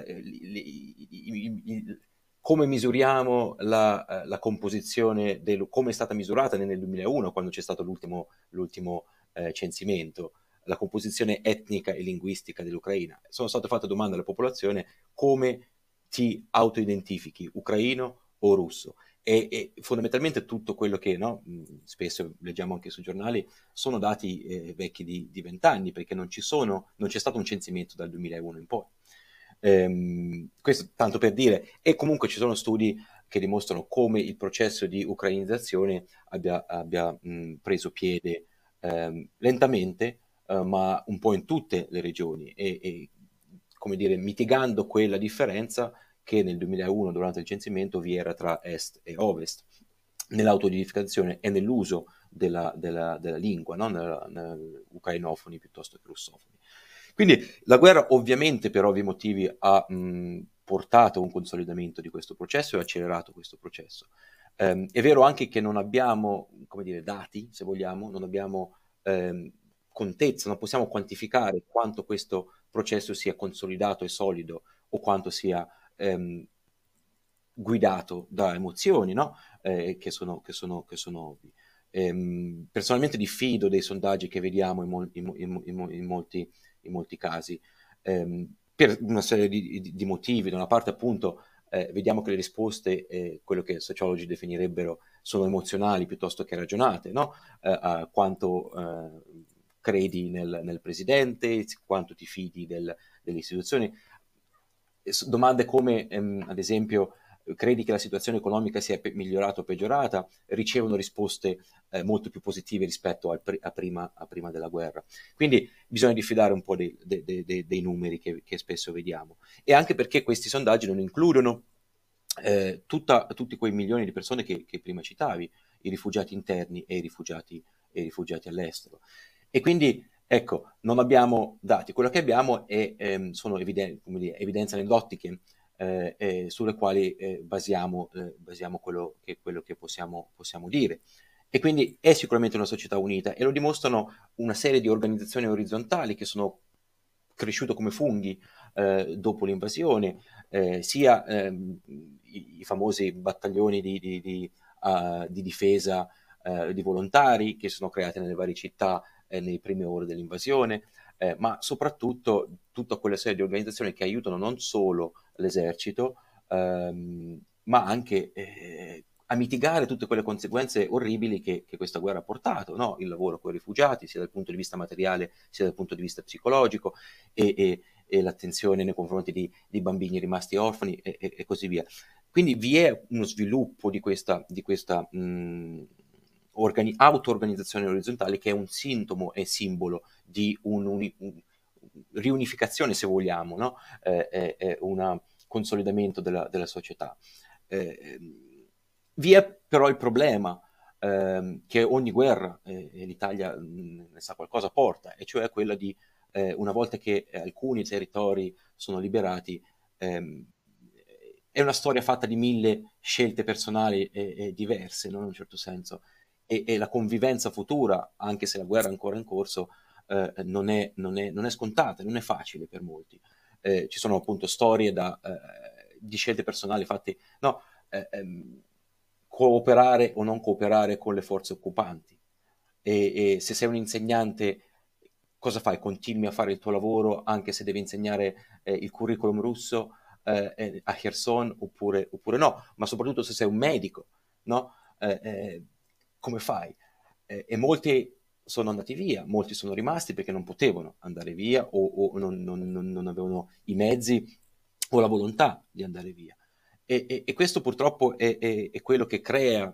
Come misuriamo la composizione, come è stata misurata nel 2001, quando c'è stato l'ultimo censimento, la composizione etnica e linguistica dell'Ucraina. Sono state fatte domande alla popolazione: come ti autoidentifichi, ucraino o russo? E fondamentalmente tutto quello che spesso leggiamo anche sui giornali sono dati vecchi di 20 anni, perché non c'è stato un censimento dal 2001 in poi. Questo tanto per dire. E comunque ci sono studi che dimostrano come il processo di ucrainizzazione abbia preso piede lentamente, ma un po' in tutte le regioni, e come dire, mitigando quella differenza che nel 2001 durante il censimento vi era tra est e ovest, nell'autoidentificazione e nell'uso della lingua, no? Ucrainofoni piuttosto che russofoni. Quindi la guerra ovviamente per ovvi motivi ha portato un consolidamento di questo processo e ha accelerato questo processo. È vero anche che non abbiamo, come dire, dati, se vogliamo, non abbiamo contezza, non possiamo quantificare quanto questo processo sia consolidato e solido o quanto sia guidato da emozioni, no? Che sono ovvi. Personalmente diffido dei sondaggi che vediamo in molti casi, per una serie di motivi. Da una parte, appunto, vediamo che le risposte, quello che sociologi definirebbero, sono emozionali piuttosto che ragionate, no? A quanto credi nel presidente, quanto ti fidi delle istituzioni. Domande come, ad esempio, credi che la situazione economica sia migliorata o peggiorata, ricevono risposte molto più positive rispetto a prima della guerra. Quindi bisogna diffidare un po' dei numeri che spesso vediamo, e anche perché questi sondaggi non includono tutti quei milioni di persone che prima citavi, i rifugiati interni e i rifugiati all'estero. E quindi, ecco, non abbiamo dati. Quello che abbiamo sono evidenze aneddotiche sulle quali basiamo quello che possiamo dire. E quindi è sicuramente una società unita, e lo dimostrano una serie di organizzazioni orizzontali che sono cresciuto come funghi dopo l'invasione, sia i famosi battaglioni di difesa di volontari che sono creati nelle varie città nelle prime ore dell'invasione, ma soprattutto tutta quella serie di organizzazioni che aiutano non solo l'esercito, ma anche a mitigare tutte quelle conseguenze orribili che questa guerra ha portato, no? Il lavoro con i rifugiati, sia dal punto di vista materiale sia dal punto di vista psicologico, e l'attenzione nei confronti di bambini rimasti orfani e così via. Quindi vi è uno sviluppo di questa auto-organizzazione orizzontale che è un sintomo e simbolo di riunificazione, se vogliamo, no? Un consolidamento della società. Vi è però il problema che ogni guerra, e l'Italia ne sa qualcosa, porta, e cioè quella di una volta che alcuni territori sono liberati, è una storia fatta di 1000 scelte personali e diverse, no? In un certo senso, e la convivenza futura, anche se la guerra è ancora in corso, non è scontata, non è facile per molti. Ci sono appunto storie di scelte personali fatte, no, cooperare o non cooperare con le forze occupanti, e se sei un insegnante, cosa fai? Continui a fare il tuo lavoro anche se devi insegnare il curriculum russo a Kherson oppure no, ma soprattutto se sei un medico, no? Come fai? E molti sono andati via, molti sono rimasti perché non potevano andare via o non avevano i mezzi o la volontà di andare via. E questo purtroppo è quello che crea,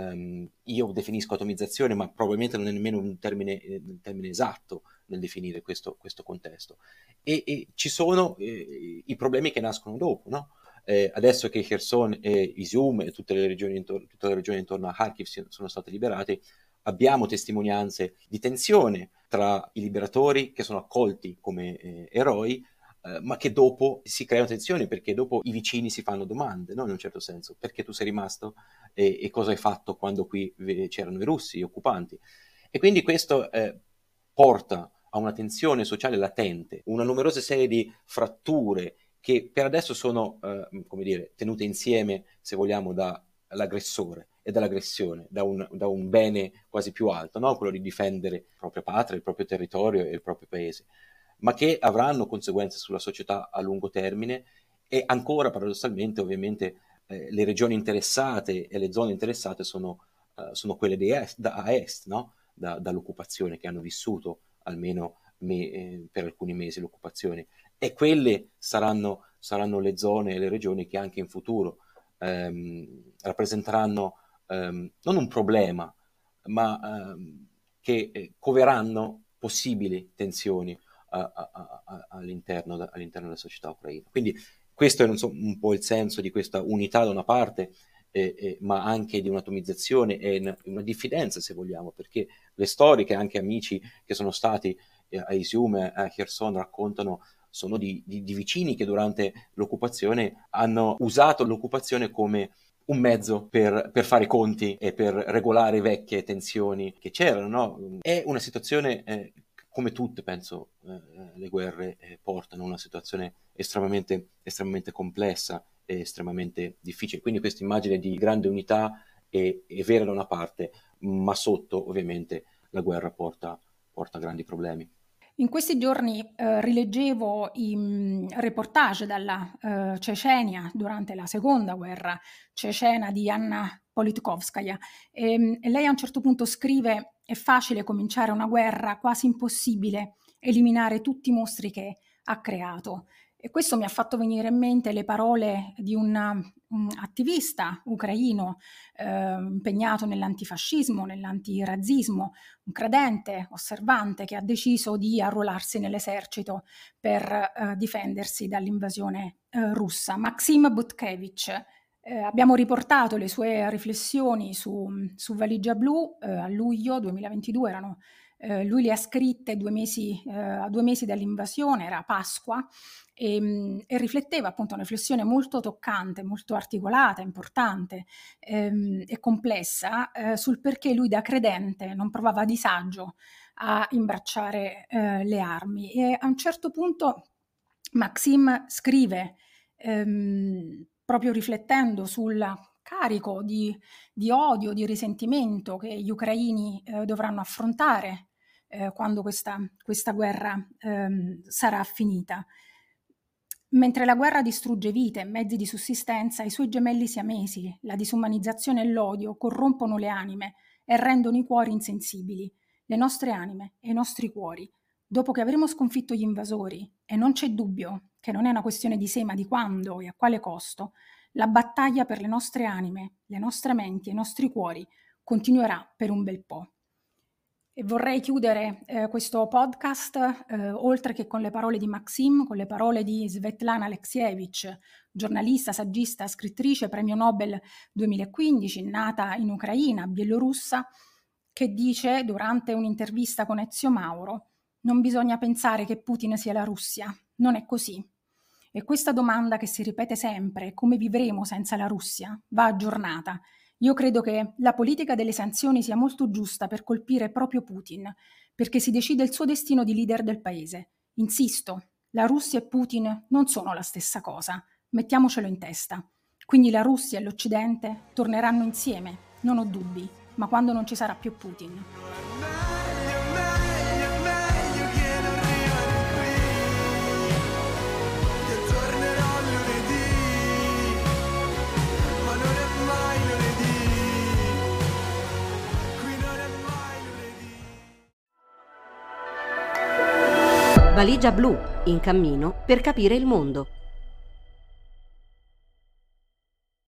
io definisco atomizzazione, ma probabilmente non è nemmeno un termine esatto nel definire questo contesto. E ci sono i problemi che nascono dopo, no? Adesso che Kherson e Izium e tutte le regioni intorno a Kharkiv sono state liberate, abbiamo testimonianze di tensione tra i liberatori, che sono accolti come eroi, ma che dopo si creano tensioni, perché dopo i vicini si fanno domande, no? In un certo senso, perché tu sei rimasto e cosa hai fatto quando qui c'erano i russi, gli occupanti. E quindi questo porta a una tensione sociale latente, una numerosa serie di fratture che per adesso sono, come dire, tenute insieme, se vogliamo, dall'aggressore e dall'aggressione, da un bene quasi più alto, no? Quello di difendere la propria patria, il proprio territorio e il proprio paese, ma che avranno conseguenze sulla società a lungo termine. E ancora paradossalmente, ovviamente, le regioni interessate e le zone interessate sono quelle a est, no? Dall'occupazione, che hanno vissuto almeno per alcuni mesi l'occupazione, e quelle saranno le zone e le regioni che anche in futuro rappresenteranno non un problema, ma che coveranno possibili tensioni all'interno della società ucraina. Quindi questo è un po' il senso di questa unità da una parte, ma anche di un'atomizzazione e una diffidenza, se vogliamo, perché le storie che anche amici che sono stati a Izium e a Kherson raccontano sono di vicini che durante l'occupazione hanno usato l'occupazione come un mezzo per fare i conti e per regolare vecchie tensioni che c'erano, no? È una situazione, come tutte, penso, le guerre portano a una situazione estremamente complessa e estremamente difficile. Quindi questa immagine di grande unità è vera da una parte, ma sotto ovviamente la guerra porta grandi problemi. In questi giorni rileggevo i reportage dalla Cecenia durante la seconda guerra cecena di Anna Politkovskaya, e lei a un certo punto scrive: è facile cominciare una guerra, quasi impossibile eliminare tutti i mostri che ha creato. E questo mi ha fatto venire in mente le parole di un attivista ucraino impegnato nell'antifascismo, nell'antirazzismo, un credente, osservante, che ha deciso di arruolarsi nell'esercito per difendersi dall'invasione russa. Maxim Butkevich. Abbiamo riportato le sue riflessioni su Valigia Blu a luglio 2022, lui le ha scritte a 2 mesi dall'invasione, era Pasqua, e rifletteva appunto una riflessione molto toccante, molto articolata, importante e complessa sul perché lui da credente non provava disagio a imbracciare le armi. E a un certo punto Maxim scrive, proprio riflettendo sul carico di odio, di risentimento che gli ucraini dovranno affrontare quando questa guerra sarà finita. Mentre la guerra distrugge vite e mezzi di sussistenza, i suoi gemelli siamesi, la disumanizzazione e l'odio corrompono le anime e rendono i cuori insensibili. Le nostre anime e i nostri cuori, dopo che avremo sconfitto gli invasori, e non c'è dubbio che non è una questione di se ma di quando e a quale costo, la battaglia per le nostre anime, le nostre menti e i nostri cuori continuerà per un bel po'. E vorrei chiudere questo podcast, oltre che con le parole di Maxim, con le parole di Svetlana Alexievich, giornalista, saggista, scrittrice, premio Nobel 2015, nata in Ucraina, bielorussa, che dice durante un'intervista con Ezio Mauro: non bisogna pensare che Putin sia la Russia, non è così. E questa domanda che si ripete sempre, come vivremo senza la Russia, va aggiornata. Io credo che la politica delle sanzioni sia molto giusta per colpire proprio Putin, perché si decide il suo destino di leader del paese. Insisto, la Russia e Putin non sono la stessa cosa, mettiamocelo in testa. Quindi la Russia e l'Occidente torneranno insieme, non ho dubbi, ma quando non ci sarà più Putin. Valigia blu, in cammino per capire il mondo.